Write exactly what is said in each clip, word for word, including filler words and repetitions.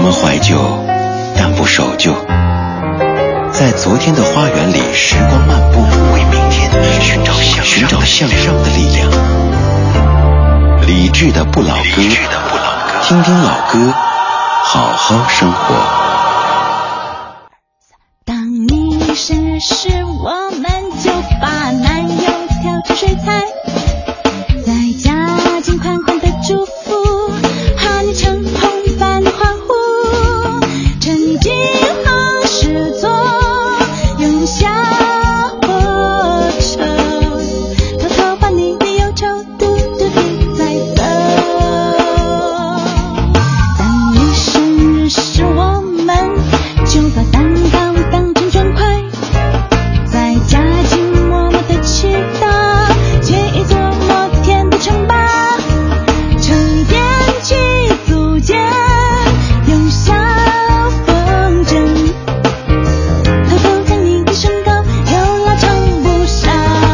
么怀旧，但不守旧。在昨天的花园里，时光漫步，为明天寻找向寻找向上的力量。理智的不老歌，听听老歌，好好生活。 当你生日时，我们就把男友调成水彩，再加进宽宽的祝福，和你乘红帆的欢呼，沉浸好诗作，用小火车，偷偷把你的忧愁嘟嘟地载走。当你生日时，我们就把蛋糕当成砖块，再加进默默的祈祷，建一座摩天的城堡，乘电机组建，用小风筝，偷偷将你的身高又拉长不少。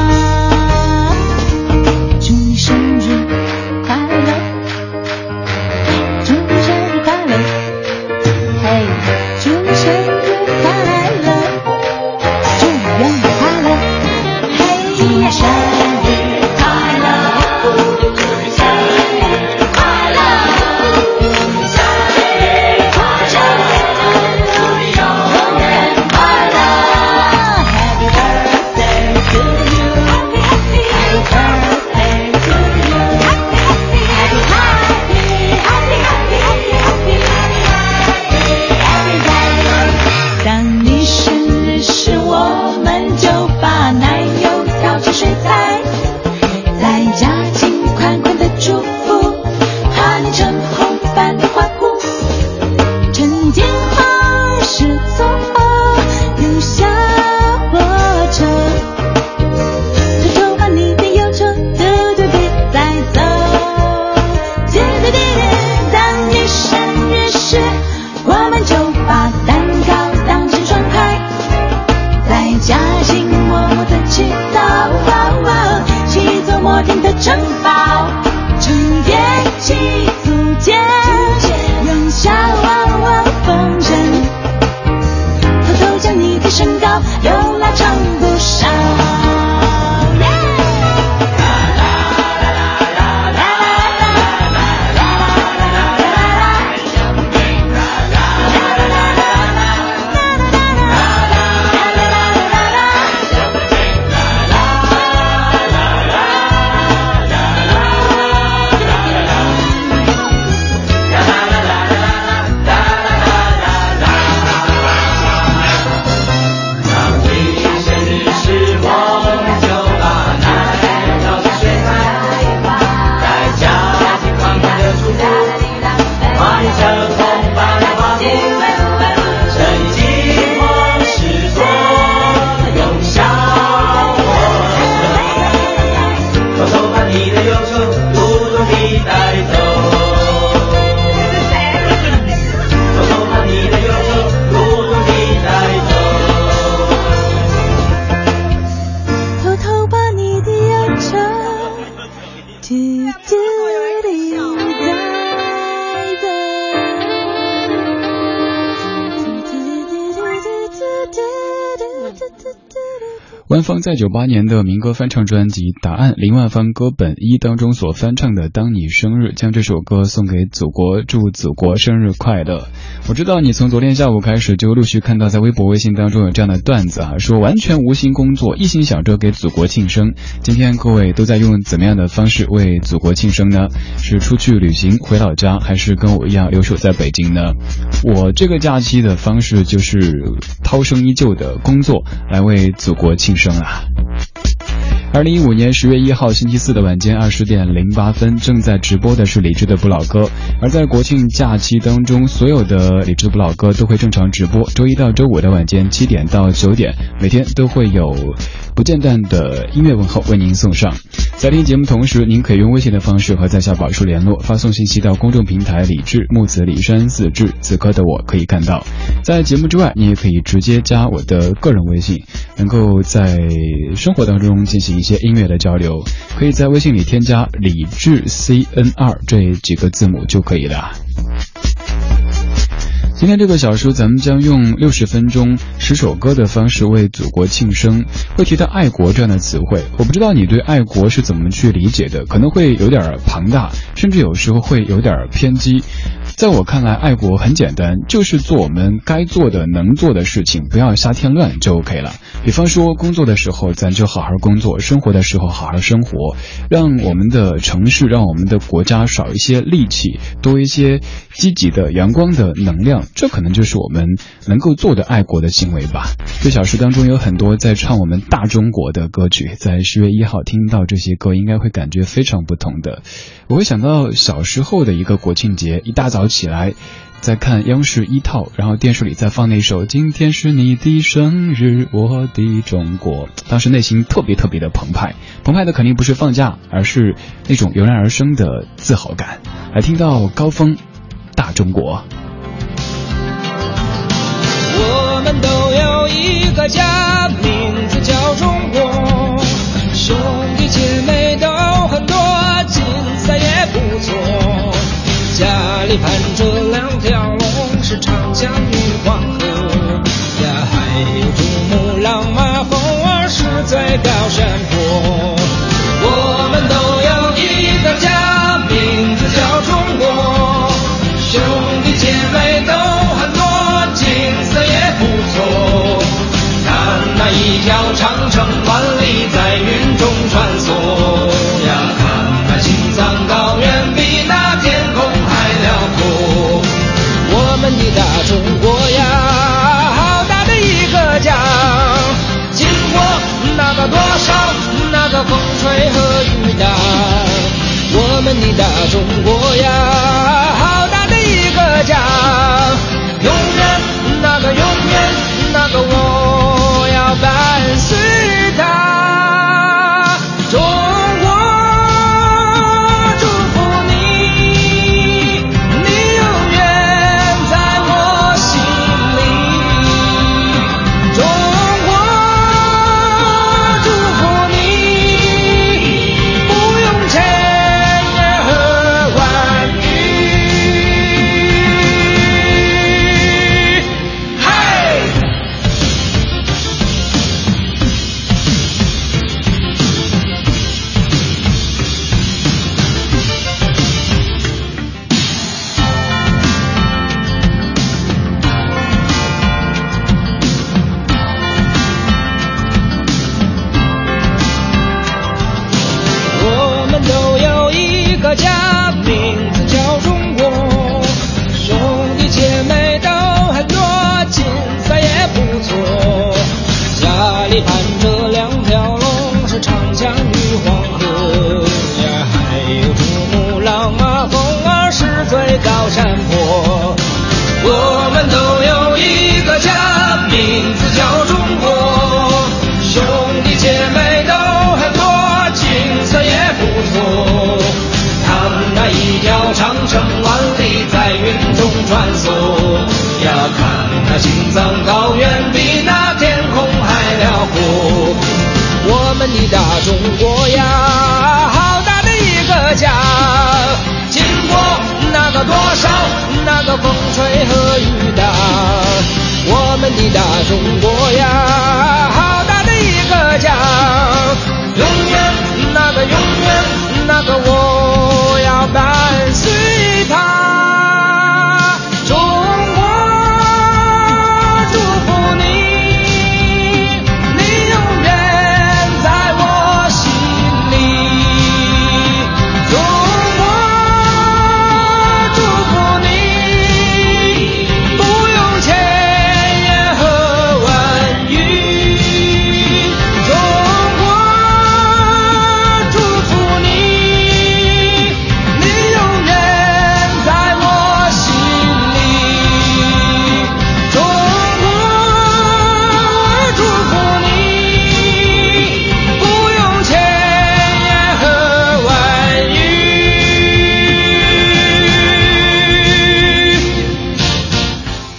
祝你生日快乐，祝你生日快乐，嘿，祝你生日快乐，祝你永远快乐，嘿，祝你生日快乐，祝你生日快乐，祝你生日快乐，祝你永远快乐。Happy birthday to you, happy happy birthday to you, happy happy happy happy happy happy happy happy birthday。当你生日时，我们就把奶油调成水彩，再加进宽宽的祝福，和你乘红帆的欢呼，沉浸好诗作，用小火车，偷偷把你的忧愁嘟嘟地载走。嘟嘟嘟嘟，当你生日时，我们就把蛋糕当成砖块，再加进默默的祈祷，砌一座摩天的城堡，乘电机组建，用小风筝，偷偷将你的身高又拉长不少。偷偷把你的忧愁嘟嘟地带走。 官方在九八年的民歌翻唱专辑《答案》林万芳歌本一当中所翻唱的《当你生日》，将这首歌送给祖国，祝祖国生日快乐。我知道你从昨天下午开始就陆续看到在微博微信当中有这样的段子啊，说完全无心工作，一心想着给祖国庆生。今天各位都在用怎么样的方式为祖国庆生呢？是出去旅行回老家，还是跟我一样留守在北京呢？我这个假期的方式就是涛声依旧的工作，来为祖国庆生啊。二零一五年十月一号星期四的晚间二十点零八分，正在直播的是理智的不老歌。而在国庆假期当中，所有的理智不老歌都会正常直播，周一到周五的晚间七点到九点，每天都会有不间断的音乐问候为您送上。在听节目同时，您可以用微信的方式和在下宝叔联络，发送信息到公众平台李智木子李山四智，此刻的我可以看到。在节目之外，你也可以直接加我的个人微信，能够在生活当中进行一些音乐的交流，可以在微信里添加李智 C N 二 这几个字母就可以了。 今天这个小时咱们将用六十分钟十首歌的方式为祖国庆生，会提到爱国这样的词汇。我不知道你对爱国是怎么去理解的，可能会有点庞大，甚至有时候会有点偏激。在我看来，爱国很简单，就是做我们该做的能做的事情，不要瞎添乱就 OK 了。比方说工作的时候咱就好好工作，生活的时候好好生活，让我们的城市，让我们的国家少一些戾气，多一些积极的阳光的能量，这可能就是我们能够做的爱国的行为吧。这小时当中有很多在唱我们大中国的歌曲，在十月一号听到这些歌应该会感觉非常不同的。我会想到小时候的一个国庆节，一大早起来在看央视一套，然后电视里在放那首今天是你的生日我的中国，当时内心特别特别的澎湃，澎湃的肯定不是放假，而是那种油然而生的自豪感。来听到高峰大中国。 我们都有一个家，名字叫中国，兄弟姐妹都很多，竞赛也不错，家里盘着两条龙，是长江与黄河呀，还有珠穆朗玛峰儿是最高山坡。我们都有一个家，名字叫中国，兄弟姐妹都很多，景色也不错，看那一条长城万里在云中穿梭呀，看那青藏高原比那天空还辽阔。我们的大中国呀，好大的一个家，经过那个多少那个风吹和雨打，我们的大中国呀，好大的一个家，永远那个永远那个我要伴随它。中国祝福你，你永远在我心里。中国祝福你，不用千言和万语。嘿！我们都有一个家，名字叫中国，兄弟姐妹都很多，竞赛也不错，家里盘着两条龙，是长江与黄河呀，还有珠穆朗玛峰儿是最高山坡。我们都有一个家，名字叫中国，兄弟姐妹都很多，景色也不错，看那一条长城万里在云中穿梭呀，看那青藏高原比那天空还辽阔。我们的大中国呀，好大的一个家，经过那个多少那个风吹和雨打，我们的大中国呀，好大的一个家，永远那个永远那个我要伴随它。中国祝福你，你永远在我心里。中国祝福你，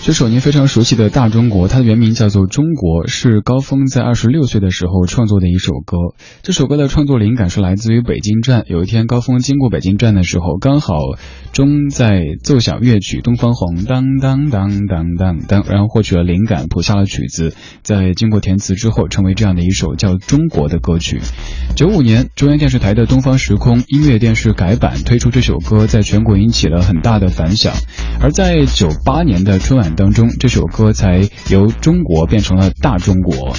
这首您非常熟悉的大中国，它的原名叫做中国，是高峰在二十六岁的时候创作的一首歌。这首歌的创作灵感是来自于北京站，有一天高峰经过北京站的时候，刚好钟在奏响乐曲东方红当当当当当当，然后获取了灵感，谱下了曲子，在经过填词之后成为这样的一首叫中国的歌曲。九五年中央电视台的东方时空音乐电视改版推出这首歌，在全国引起了很大的反响。而在九八年的春晚当中，这首歌才由中国变成了大中国。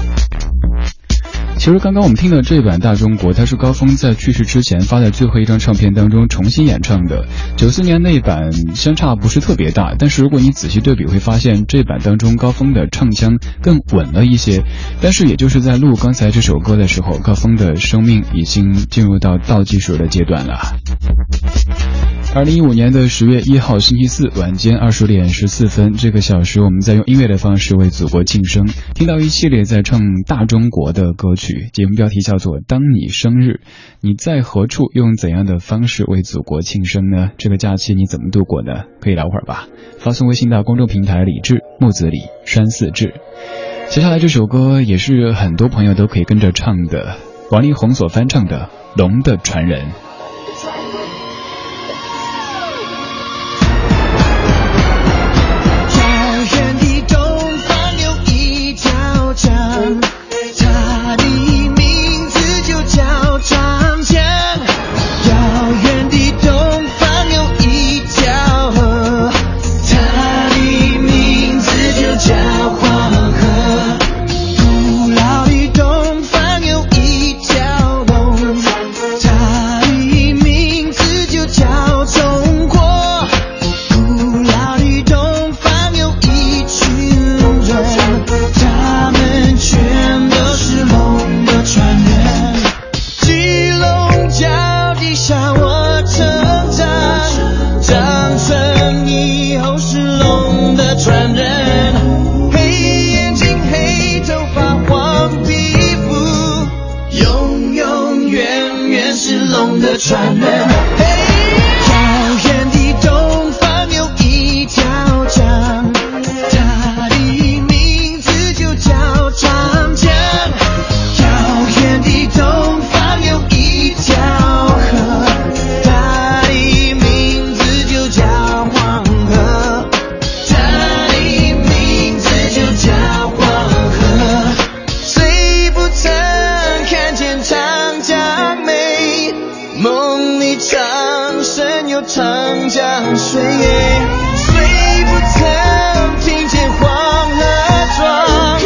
其实刚刚我们听的这版大中国，它是高峰在去世之前发在最后一张唱片当中重新演唱的。九四年那一版相差不是特别大，但是如果你仔细对比会发现这版当中高峰的唱腔更稳了一些。但是也就是在录刚才这首歌的时候，高峰的生命已经进入到倒计时的阶段了。二零一五年的十月一号星期四晚间二十点十四分，这个小时我们在用音乐的方式为祖国庆生，听到一系列在唱大中国的歌曲，节目标题叫做当你生日。你在何处用怎样的方式为祖国庆生呢？这个假期你怎么度过呢？可以聊会儿吧，发送微信到公众平台李志，木子李，山寺志。接下来这首歌也是很多朋友都可以跟着唱的，王力宏所翻唱的《龙的传人》。 它的名字就叫长江，遥远的东方有一条河，它的名字就叫黄河，古老的东方有一条龙，它的名字就叫中国，古老的东方有一群人，他们全都是龙的传人，基隆脚底下我成长，长成以后是龙的传人，黑眼睛黑头发黄皮肤，永永远远是龙的传人。遥远的东方有一条江，它的名字就叫长江，遥远的东方有一条河，它的名字就叫黄河，它的名字就叫黄河。谁不曾看见长江美，梦里长生有长江水，谁不曾听见黄河壮，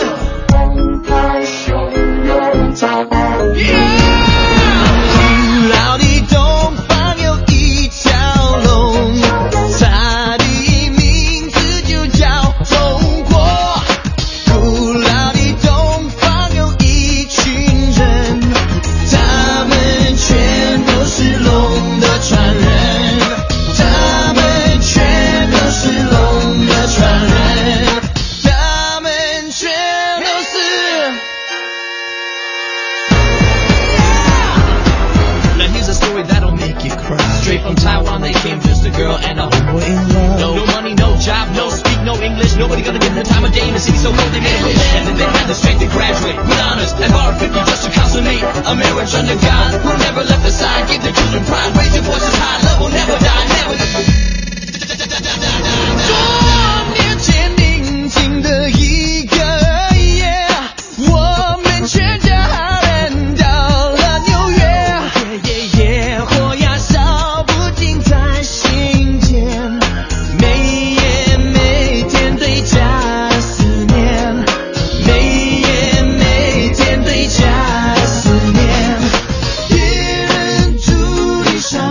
古老的东方有一条龙，它的名字就叫中国，古老的东方有一群人，他们全都是龙的传人，他们全都是龙的传人，他们全都是。Now here's a story that'll make you cry. Straight from Taiwan they came, just a girl and a homeboy in love. No, no money, no job, no speak, no English. Nobody gonna give them time of day in the city so cold they made it. And then they had the strength to graduate with honors and bar fifty just to consummate a marriage under God who never left the side. Give their children pride, raise your voices high, love will never die, never. 多年前宁静的一个夜，我们全家人到了纽约，野火呀烧不尽在心间，每夜每天对家的思念，每夜每天对家的思念，别人伫立上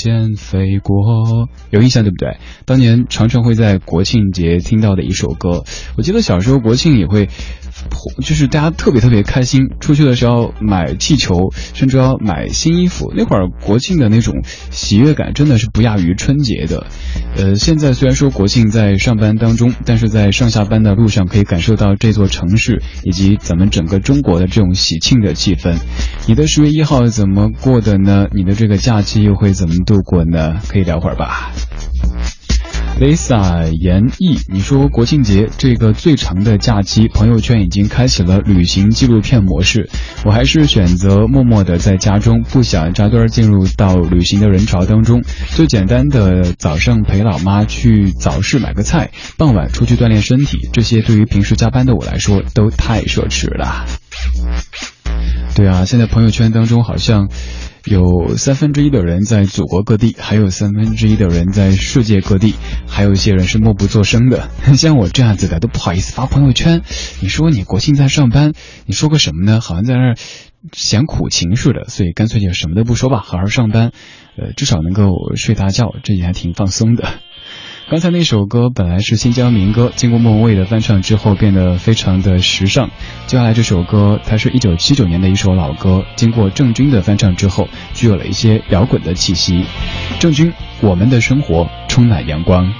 间飞过，有印象对不对？当年常常会在国庆节听到的一首歌。我记得小时候国庆也会，就是大家特别特别开心，出去的时候买气球，甚至要买新衣服。那会儿国庆的那种喜悦感真的是不亚于春节的。呃，现在虽然说国庆在上班当中，但是在上下班的路上可以感受到这座城市以及咱们整个中国的这种喜庆的气氛。你的十月一号怎么过的呢？你的这个假期又会怎么度过呢？可以聊会儿吧。Lisa 严毅，你说国庆节这个最长的假期，朋友圈已经开启了旅行纪录片模式，我还是选择默默的在家中，不想扎堆进入到旅行的人潮当中。最简单的早上陪老妈去早市买个菜，傍晚出去锻炼身体，这些对于平时加班的我来说都太奢侈了。对啊，现在朋友圈当中好像有三分之一的人在祖国各地，还有三分之一的人在世界各地，还有一些人是默不作声的。像我这样子的都不好意思发朋友圈。你说你国庆在上班，你说个什么呢？好像在那儿显苦情似的，所以干脆就什么都不说吧，好好上班，呃，至少能够睡大觉，这也还挺放松的。刚才那首歌本来是新疆民歌，经过莫文蔚的翻唱之后变得非常的时尚。接下来这首歌它是一九七九年的一首老歌，经过郑钧的翻唱之后具有了一些摇滚的气息。郑钧，我们的生活充满阳光。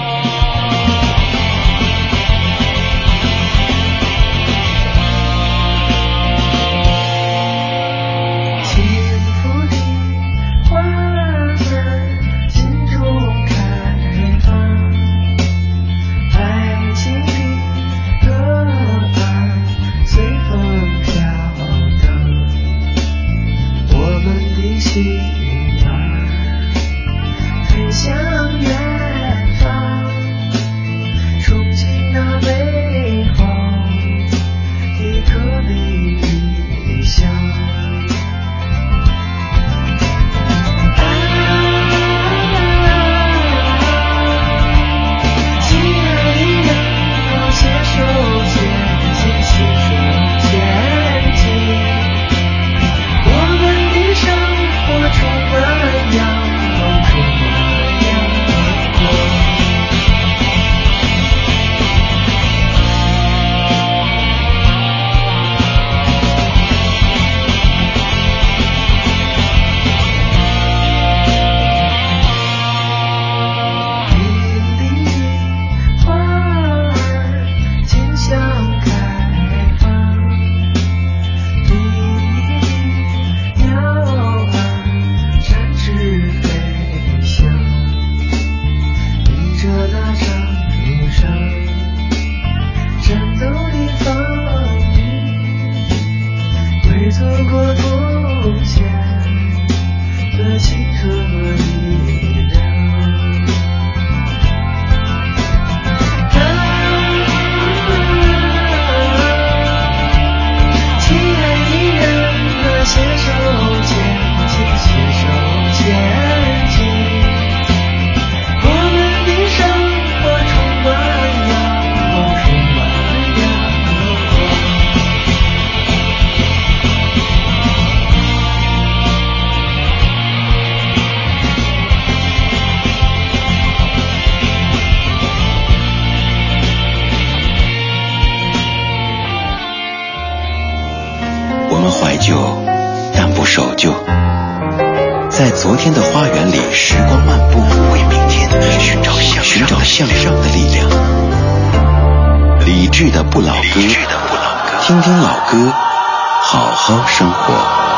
在昨天的花园里时光漫步，为明天寻找向寻找向上的力量。理智的不老歌，听听老歌，好好生活。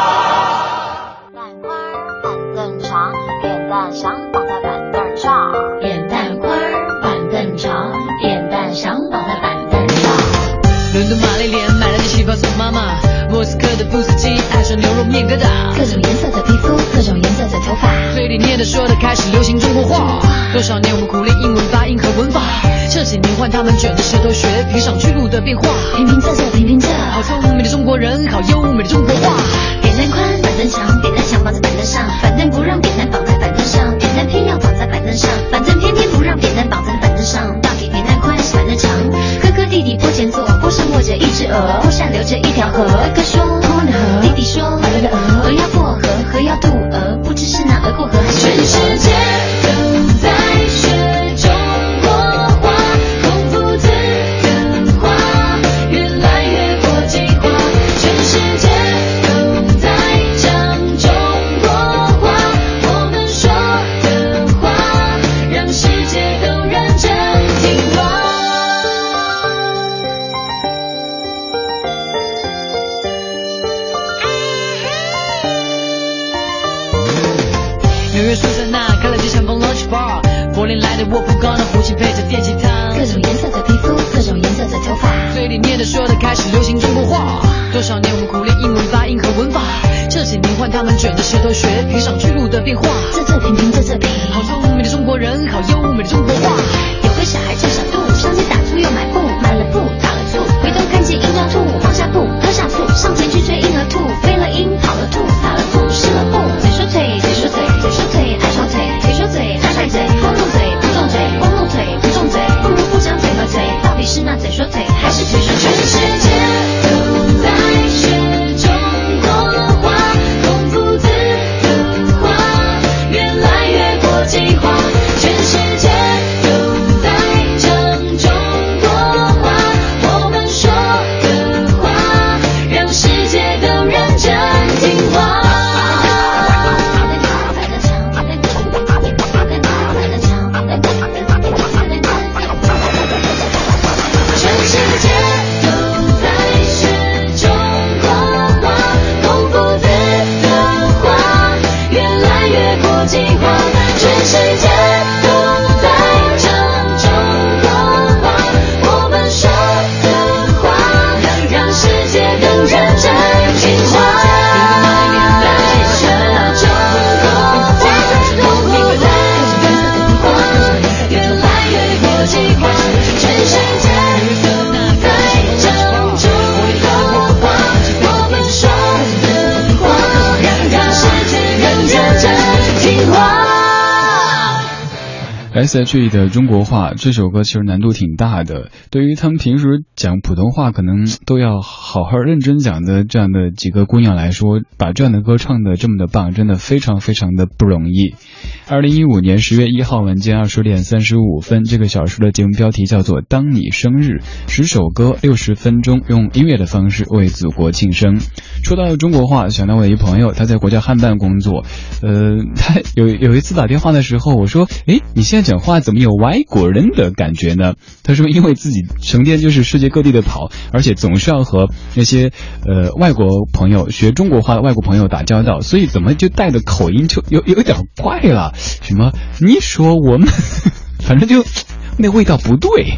蛋花板凳长，扁担想绑在板凳上，扁担花板凳长，扁担想绑在板凳上。 伦敦玛丽莲买了件旗袍送妈妈，莫斯科的布斯基爱上牛肉面疙瘩， 各种颜色的皮肤，各种颜色的头发， 嘴里念的说的开始流行中国话。多少年我们苦练英文发音和文法，这几年换他们卷着舌头学评上去路的变化。 平平仄仄平平仄， 好聪明的中国人，好优美的中国话。 扁担宽板凳长，扁担想绑在板凳上，板凳不让扁担绑在板凳上，扁担偏要绑在板凳上，板凳偏偏不让扁担绑在板凳上。到底扁担宽是板凳长？哥哥弟弟坡前坐，坡上卧着一只鹅，坡下流着一条河。哥哥说坡的河，弟弟说河的鹅，鹅要过河，河要渡鹅，不知是那鹅过河还是人生。 磨练来的我不高，那父亲陪着电吉他， 各种颜色的皮肤，各种颜色的头发， 嘴里念的说的开始流行中国话。多少年我们苦练英文发音和文法，这几年换他们卷着舌头学，披上巨鹿的变化。 这这平平这这平， 好优美的中国人，好优美的中国话。 有个小孩叫小杜，上街打猪又买布，买了布打了醋，回头看见婴儿兔，放下布喝下醋，上前去追婴儿兔，飞了鹰跑了兔，打了兔湿了布，嘴说腿嘴说腿嘴说腿爱说腿腿说嘴爱晒嘴，光动嘴不动嘴，光动腿不动嘴，不如不讲嘴和嘴，到底是那嘴说腿还是腿说腿？全世界都在学中国话，丰富自的话越来越国际化，全世界都在讲中国话，我们说的话让世界更认真听话。全世界都在学中国话，丰富自的话越来越国际化，全世界都在讲中国话，我们说的话让世界更认真听话。在学中国话，丰富自的话越来越国际化，全世界都在讲中国话，我们说的话让世界更认真听话。 S H E 的中国话这首歌其实难度挺大的，对于他们平时讲普通话可能都要好好认真讲的这样的几个姑娘来说，把这样的歌唱得这么的棒，真的非常非常的不容易。二零一五年十月一号晚间二十点三十五分，这个小时的节目标题叫做当你生日，十首歌六十分钟，用音乐的方式为祖国庆生。说到中国话，想到我的一朋友，他在国家汉办工作，呃，他有有一次打电话的时候，我说，诶，你现在讲话怎么有外国人的感觉呢？他说，因为自己成天就是世界各地的跑，而且总是要和那些呃外国朋友学中国话的外国朋友打交道，所以怎么就带的口音就有有点怪了。什么？你说我们，反正就那味道不对。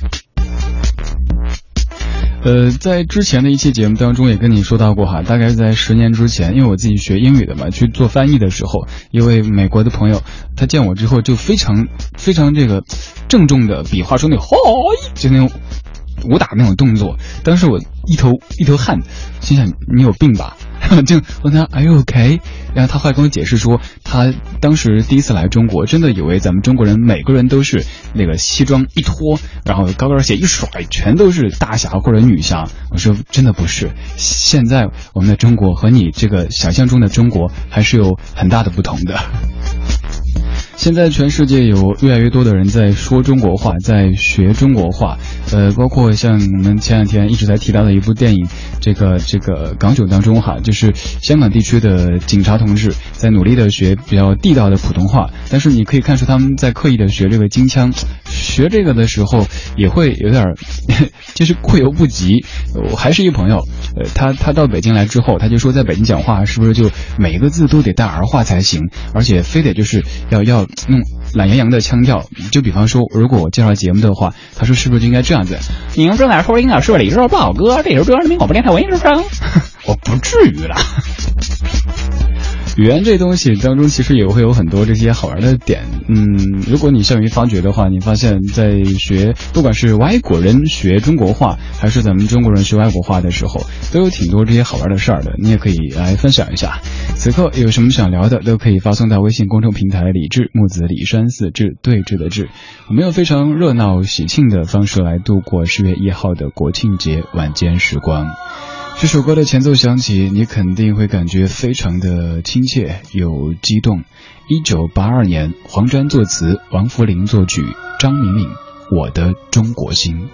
呃，在之前的一期节目当中也跟你说到过哈，大概是在十年之前，因为我自己学英语的嘛，去做翻译的时候，一位美国的朋友，他见我之后就非常非常这个郑重的比划出那个嗨，就那种武打那种动作，当时我一头一头汗，心想你有病吧？就问他 Are you OK？ 然后他后来跟我解释说，他当时第一次来中国，真的以为咱们中国人每个人都是那个西装一脱，然后高跟鞋一甩，全都是大侠或者女侠。我说真的不是，现在我们的中国和你这个想象中的中国还是有很大的不同的。现在全世界有越来越多的人在说中国话，在学中国话，呃，包括像我们前两天一直在提到的一部电影，这个这个港囧当中哈，就是香港地区的警察同志在努力的学比较地道的普通话，但是你可以看出他们在刻意的学这个京腔，学这个的时候也会有点就是过犹不及。我还是一朋友，呃，他他到北京来之后，他就说在北京讲话是不是就每个字都得带儿化才行，而且非得就是要要用懒洋洋的腔调。就比方说，如果我介绍节目的话，他说是不是就应该这样子？您正在收听的是李志报哥，这里是中央人民广播电台文艺之声。我不至于了。语言这东西当中其实也会有很多这些好玩的点，嗯，如果你善于发掘的话，你发现在学不管是外国人学中国话还是咱们中国人学外国话的时候，都有挺多这些好玩的事儿的，你也可以来分享一下。此刻有什么想聊的都可以发送到微信公众平台李志，木子李山四志对峙的志。我们用非常热闹喜庆的方式来度过十月一号的国庆节晚间时光。这首歌的前奏响起，你肯定会感觉非常的亲切有激动。一九八二年，黄沾作词，王福林作曲，张敏敏，我的中国心。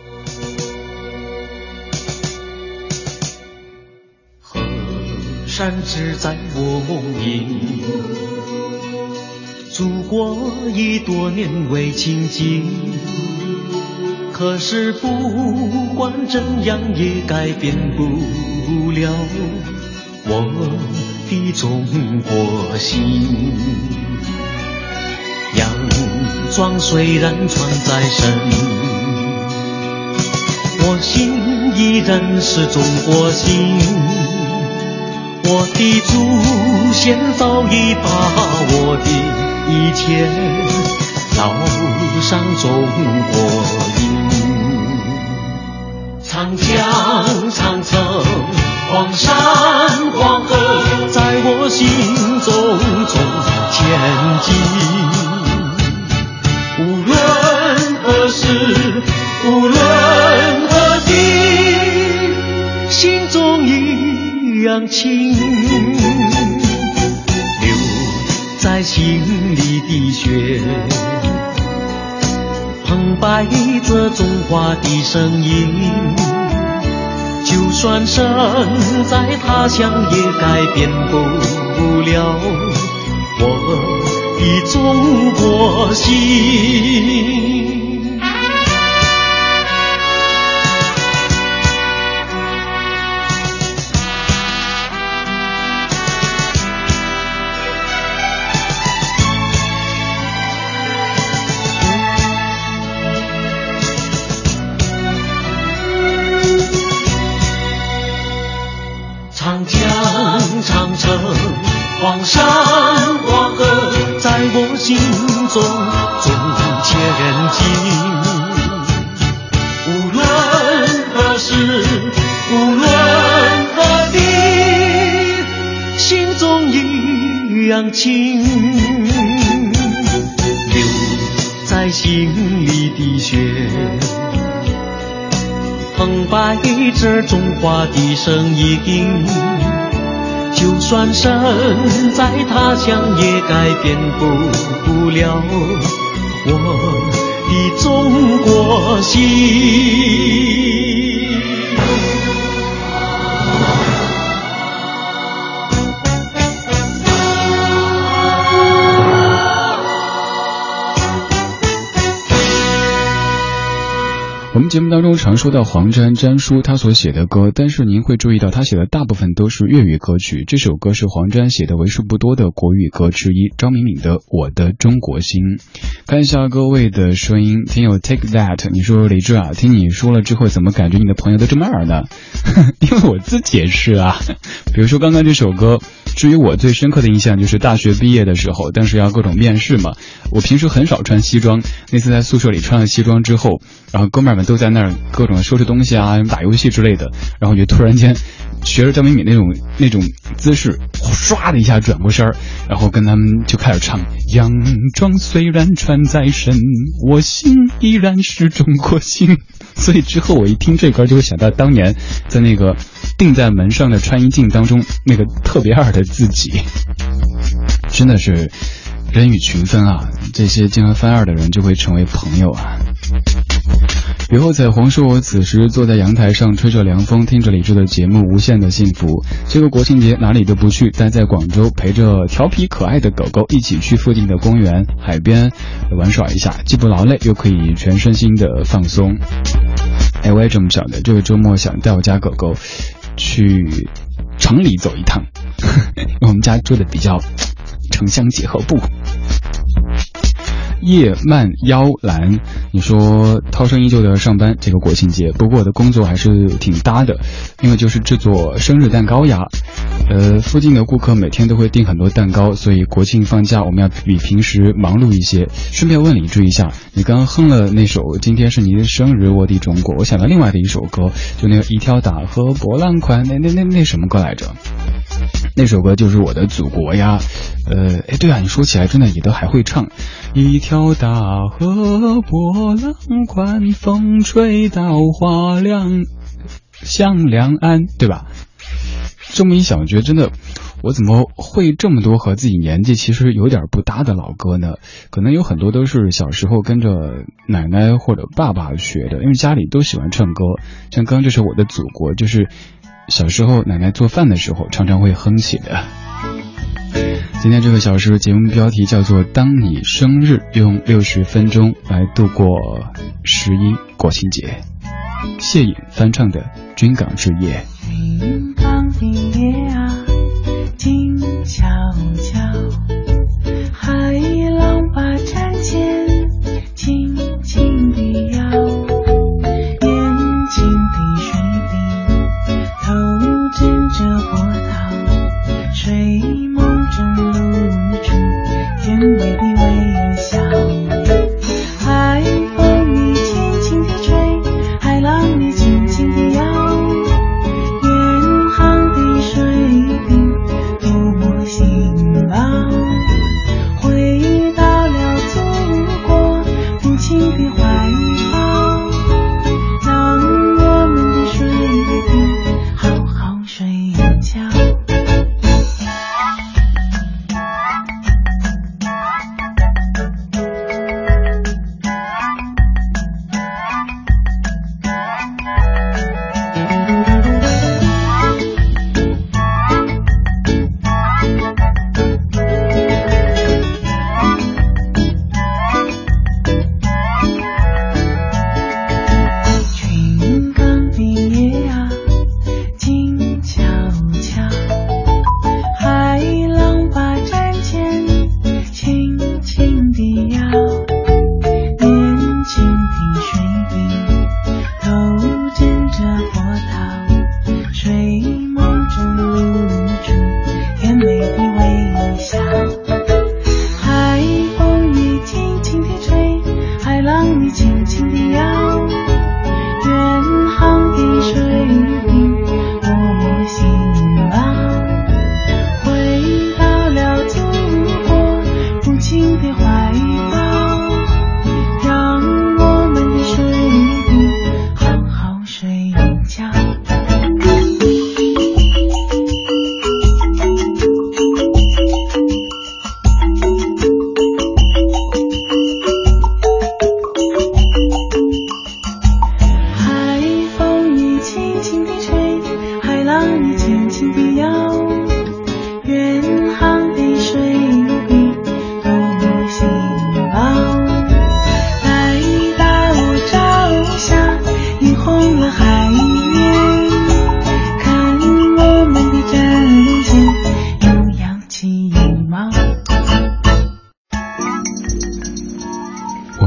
河山只在我梦萦，祖国已多年未亲近，可是不管怎样也改变不了我的中国心。洋装虽然穿在身，我心依然是中国心。我的祖先早已把我的一切烙上中国印。长江长城黄山黄河在我心中中前进。无论何时无论何地，心中一样情，留在心里的血澎湃着中华的声音。就算身在他乡也改变不了我的中国心。长江长城黄山黄河在我心中中前进。无论何时无论何地，心中一样情，留在心里的血澎湃着中华的声音。就算身在他乡也改变不了我的中国心。 我们节目当中常说到黄沾沾叔他所写的歌，但是您会注意到他写的大部分都是粤语歌曲。这首歌是黄沾写的为数不多的国语歌之一，张敏敏的《我的中国心》。看一下各位的声音，听友 Take That， 你说李志啊，听你说了之后怎么感觉你的朋友都这么二呢？因为我自己也是啊。比如说刚刚这首歌，至于我最深刻的印象就是大学毕业的时候，当时要各种面试嘛，我平时很少穿西装，那次在宿舍里穿了西装之后，然后哥们儿们都在那儿各种收拾东西啊打游戏之类的，然后就突然间学着张敏敏那种那种姿势，唰的一下转过身，然后跟他们就开始唱，洋装虽然穿在身，我心依然是中国心。所以之后我一听这歌就会想到当年在那个钉在门上的穿衣镜当中那个特别二的自己。真的是人以群分啊，这些经常翻二的人就会成为朋友啊。雨后彩虹说，我此时坐在阳台上吹着凉风，听着李志的节目，无限的幸福。这个国庆节哪里都不去，待在广州，陪着调皮可爱的狗狗一起去附近的公园海边玩耍一下，既不劳累又可以全身心的放松。哎，我也这么想的，这个周末想带我家狗狗去城里走一趟，因为我们家住的比较城乡结合部。叶曼妖兰，你说涛声依旧的上班这个国庆节，不过我的工作还是挺搭的，因为就是制作生日蛋糕呀。呃，附近的顾客每天都会订很多蛋糕，所以国庆放假我们要比平时忙碌一些。顺便问李志一下，你刚刚哼了那首今天是你的生日我的中国，我想到另外的一首歌，就那个一条大河波浪宽，那那那那什么歌来着？那首歌就是我的祖国呀。呃，哎，对啊，你说起来真的也都还会唱。一条大河波浪宽，风吹稻花亮向两岸，对吧？这么一想，我觉得真的，我怎么会这么多和自己年纪其实有点不搭的老歌呢？可能有很多都是小时候跟着奶奶或者爸爸学的，因为家里都喜欢唱歌。像刚刚这首我的祖国，就是小时候奶奶做饭的时候常常会哼起的。今天这个小时节目标题叫做当你生日，用六十分钟来度过十一国庆节。谢颖翻唱的军港之夜。 军港的夜啊，静悄悄，海浪把战舰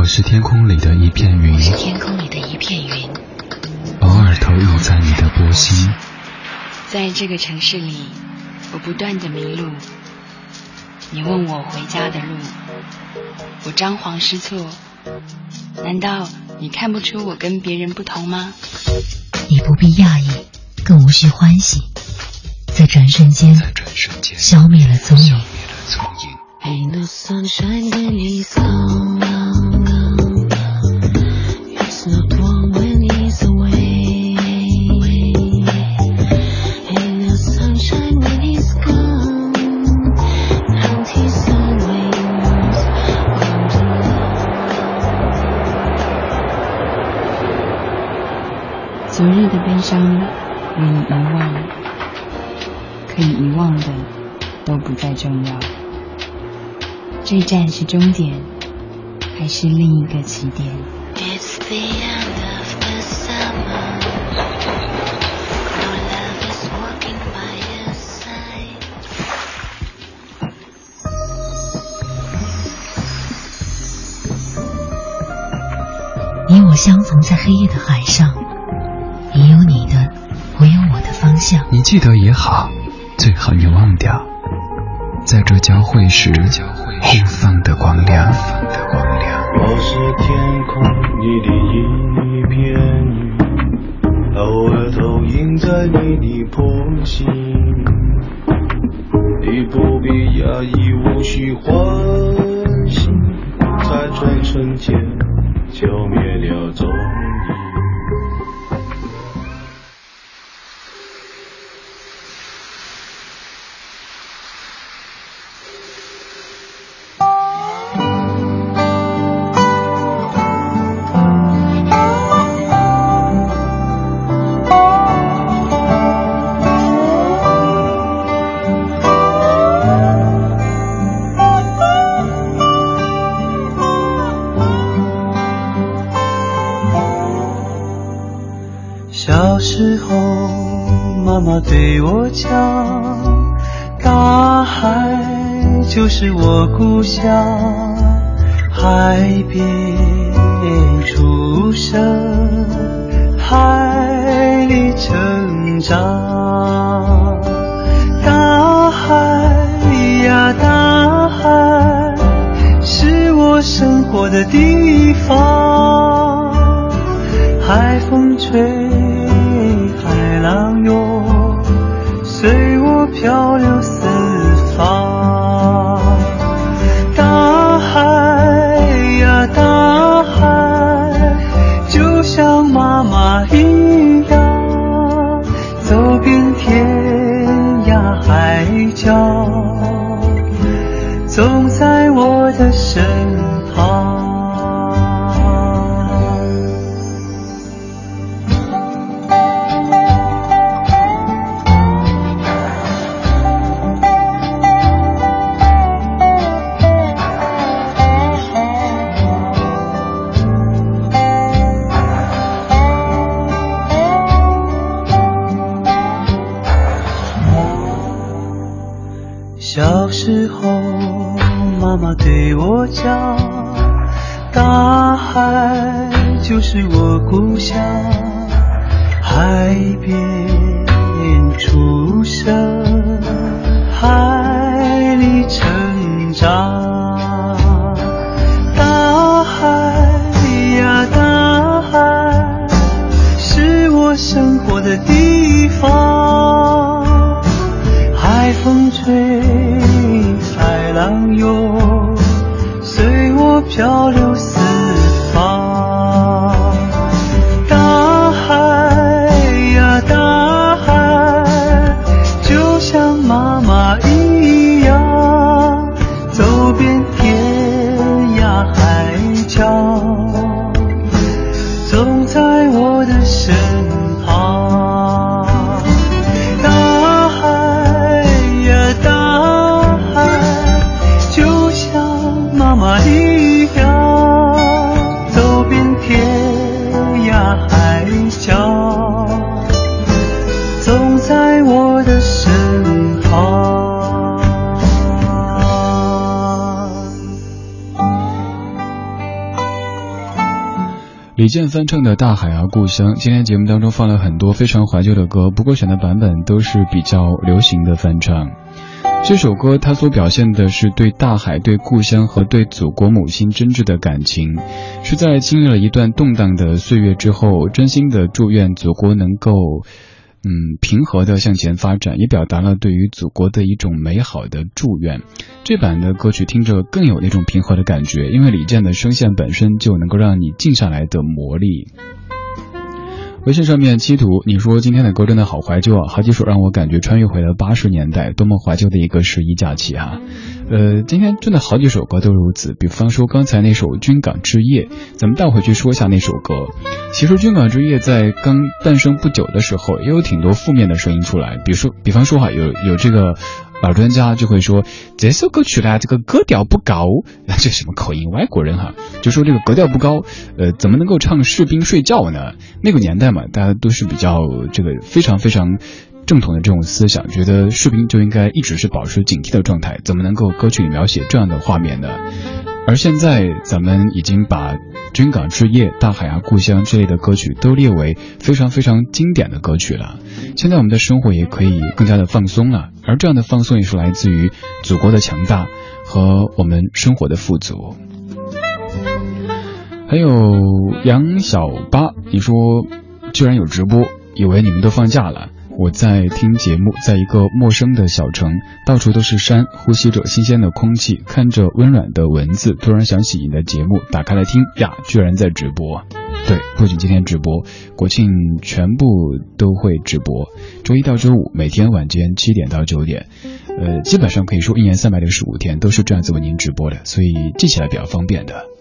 我是天空里的一片云， 是天空里的一片云， 偶尔投影在你的波心。 在这个城市里，我不断地迷路。你问我回家的路，我张皇失措。难道你看不出我跟别人不同吗？ 你不必讶异，更无需欢喜，在转瞬间， 在转瞬间消灭了踪影。 Ain't no sunshine when he's gone. It's not warm when he's away. Ain't no sunshine when he's gone. And he's always wondering. 昨日的悲伤为你遗忘，可以遗忘的都不再重要。 这站是终点，还是另一个起点 It's the end of the summer. Our love is walking by your side. 你我相逢在黑夜的海上，你有你的，我有我的方向。 你记得也好，最好你忘掉，在这交汇时。 互放的光亮， 我是天空里的一片云，偶尔投影在你的波心。你不必讶异，无需欢喜，在转瞬间消灭了踪影。 小时候，妈妈对我讲，大海就是我故乡，海边出生，海里成长。大海呀，大海，是我生活的地方，海风吹。 海浪涌，随我漂流四方。大海呀，大海，就像妈妈一样，走遍天涯海角，总在我的身旁。 小时候，妈妈对我讲，大海就是我故乡，海边出生，海里成长。大海呀，大海，是我生活的地方，海风吹。 海浪涌，随我漂流四方。大海呀，大海，就像妈妈一样，走遍天涯海角，总在我的身旁。大海呀，大海。 妈妈一样， 李健翻唱的《大海啊故乡》，今天节目当中放了很多非常怀旧的歌，不过选的版本都是比较流行的翻唱。这首歌它所表现的是对大海、对故乡和对祖国母亲真挚的感情，是在经历了一段动荡的岁月之后，真心的祝愿祖国能够嗯，平和的向前发展，也表达了对于祖国的一种美好的祝愿。这版的歌曲听着更有那种平和的感觉，因为李健的声线本身就能够让你静下来的魔力。微信上面七图，你说今天的歌真的好怀旧啊，好几首让我感觉穿越回了八十年代，多么怀旧的一个十一假期啊！呃，今天真的好几首歌都如此，比方说刚才那首《军港之夜》，咱们倒回去说一下那首歌。其实《军港之夜》在刚诞生不久的时候，也有挺多负面的声音出来，比如说，比方说哈，有有这个老专家就会说这首歌曲呢，这个格调不高，这什么口音，外国人哈，就说这个格调不高，呃，怎么能够唱士兵睡觉呢？那个年代嘛，大家都是比较这个非常非常正统的这种思想，觉得士兵就应该一直是保持警惕的状态，怎么能够歌曲里描写这样的画面呢？而现在咱们已经把《军港之夜》《大海啊故乡》这类的歌曲都列为非常非常经典的歌曲了。现在我们的生活也可以更加的放松了，而这样的放松也是来自于祖国的强大和我们生活的富足。还有杨小八，你说居然有直播，以为你们都放假了。我在听节目，在一个陌生的小城，到处都是山，呼吸着新鲜的空气，看着温暖的文字，突然想起你的节目，打开来听呀，居然在直播。对，不仅今天直播，国庆全部都会直播，周一到周五每天晚间七点到九点，呃，基本上可以说一年三百六十五天都是这样子为您直播的，所以记起来比较方便的。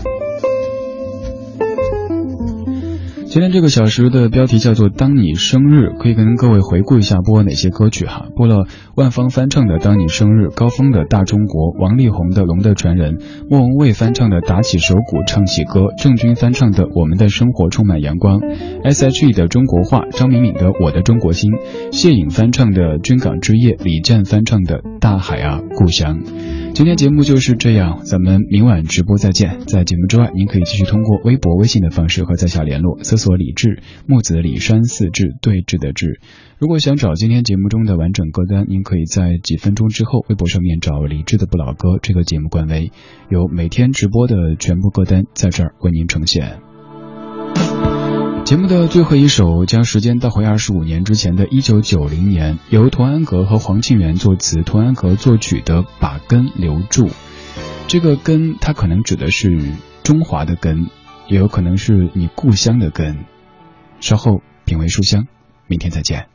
今天这个小时的标题叫做当你生日，可以跟各位回顾一下播了哪些歌曲哈。播了万芳翻唱的当你生日，高峰的大中国，王力宏的龙的传人，莫文蔚翻唱的打起手鼓唱起歌，郑钧翻唱的我们的生活充满阳光， S H E 的中国话，张敏敏的我的中国心，谢颖翻唱的军港之夜，李健翻唱的大海啊故乡。今天节目就是这样，咱们明晚直播再见。在节目之外，您可以继续通过微博微信的方式和在下联络，搜索李志，木子李山四志，对峙的志。如果想找今天节目中的完整歌单，您可以在几分钟之后微博上面找李志的不老歌这个节目官微，有每天直播的全部歌单在这儿为您呈现。节目的最后一首将时间倒回二十五年之前的一九九零年，由童安格和黄庆元作词，童安格作曲的《把根留住》。这个根它可能指的是中华的根，也有可能是你故乡的根。稍后品味书香，明天再见。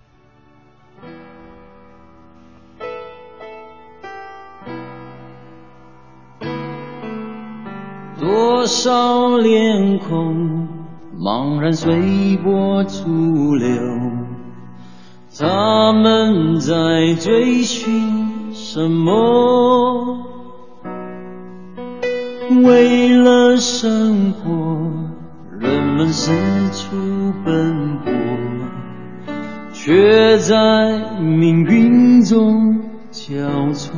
多少脸孔茫然随波逐流，他们在追寻什么？为了生活，人们四处奔波，却在命运中交错。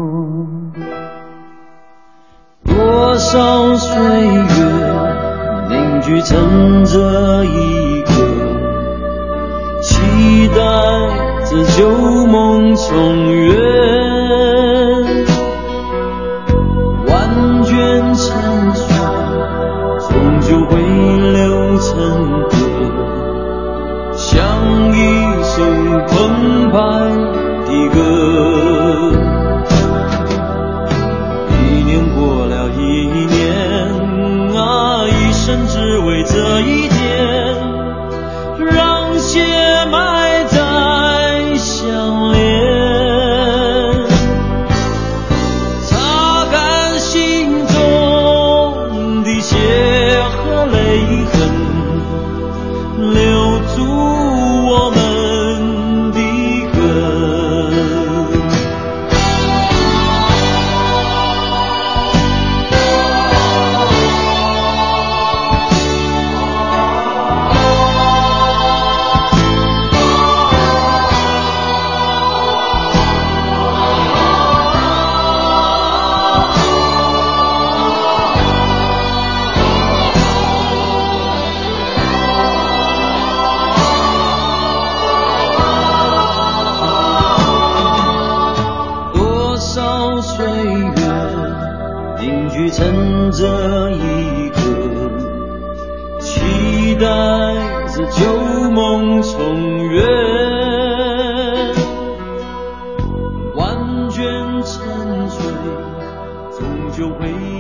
多少岁月凝聚成这一个，期待着旧梦重圆，万卷成书终究会流成河，像一首澎湃的歌。一年过了一年啊，一生只为这一天，让血脉再相连。 是旧梦重圆，万卷沉醉，终究会